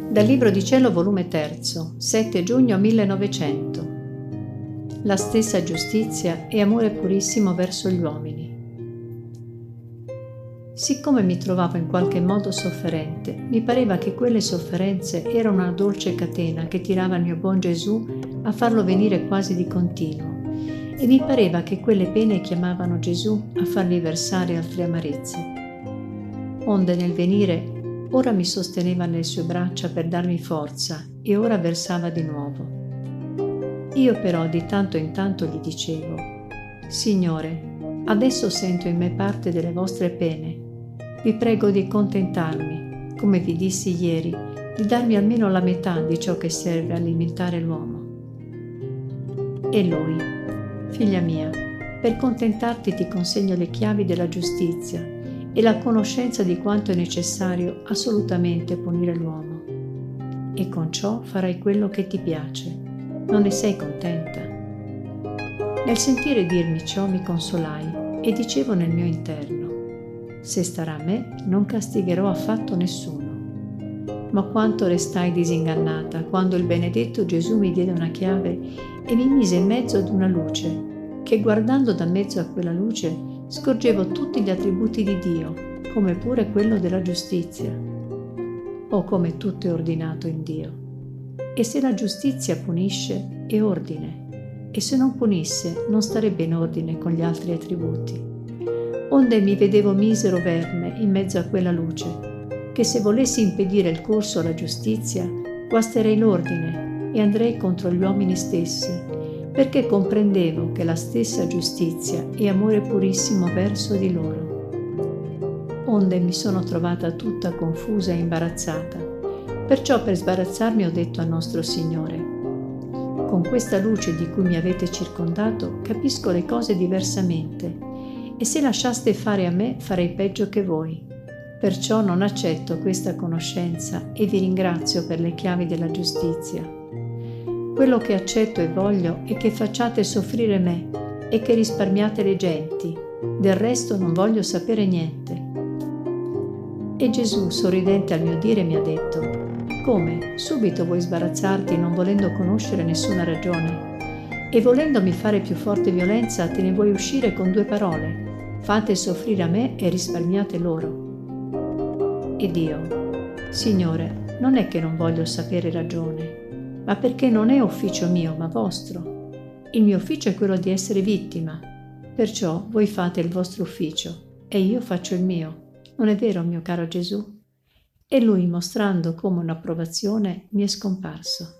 Dal Libro di Cielo, volume 3, 7 giugno 1900. La stessa giustizia e amore purissimo verso gli uomini. Siccome mi trovavo in qualche modo sofferente, mi pareva che quelle sofferenze erano una dolce catena che tirava il mio buon Gesù a farlo venire quasi di continuo, e mi pareva che quelle pene chiamavano Gesù a fargli versare altre amarezze. Onde nel venire ora mi sosteneva nelle sue braccia per darmi forza e ora versava di nuovo. Io però di tanto in tanto gli dicevo: Signore, adesso sento in me parte delle vostre pene. Vi prego di contentarmi, come vi dissi ieri, di darmi almeno la metà di ciò che serve a alimentare l'uomo. E lui: Figlia mia, per contentarti ti consegno le chiavi della giustizia e la conoscenza di quanto è necessario assolutamente punire l'uomo. E con ciò farai quello che ti piace. Non ne sei contenta? Nel sentire dirmi ciò mi consolai e dicevo nel mio interno: se starà a me non castigherò affatto nessuno. Ma quanto restai disingannata quando il benedetto Gesù mi diede una chiave e mi mise in mezzo ad una luce, che guardando da mezzo a quella luce scorgevo tutti gli attributi di Dio, come pure quello della giustizia. Oh, come tutto è ordinato in Dio! E se la giustizia punisce, è ordine, e se non punisse, non starebbe in ordine con gli altri attributi. Onde mi vedevo misero verme in mezzo a quella luce, che se volessi impedire il corso alla giustizia, guasterei l'ordine e andrei contro gli uomini stessi, perché comprendevo che la stessa giustizia è amore purissimo verso di loro. Onde mi sono trovata tutta confusa e imbarazzata. Perciò per sbarazzarmi ho detto al nostro Signore: con questa luce di cui mi avete circondato capisco le cose diversamente, e se lasciaste fare a me farei peggio che voi. Perciò non accetto questa conoscenza e vi ringrazio per le chiavi della giustizia. Quello che accetto e voglio è che facciate soffrire me e che risparmiate le genti. Del resto non voglio sapere niente. E Gesù, sorridente al mio dire, mi ha detto: come? Subito vuoi sbarazzarti non volendo conoscere nessuna ragione? E volendomi fare più forte violenza te ne vuoi uscire con 2 parole: fate soffrire a me e risparmiate loro. Ed io: Signore, non è che non voglio sapere ragione, ma perché non è ufficio mio, ma vostro. Il mio ufficio è quello di essere vittima, perciò voi fate il vostro ufficio e io faccio il mio. Non è vero, mio caro Gesù? E lui, mostrando come un'approvazione, mi è scomparso.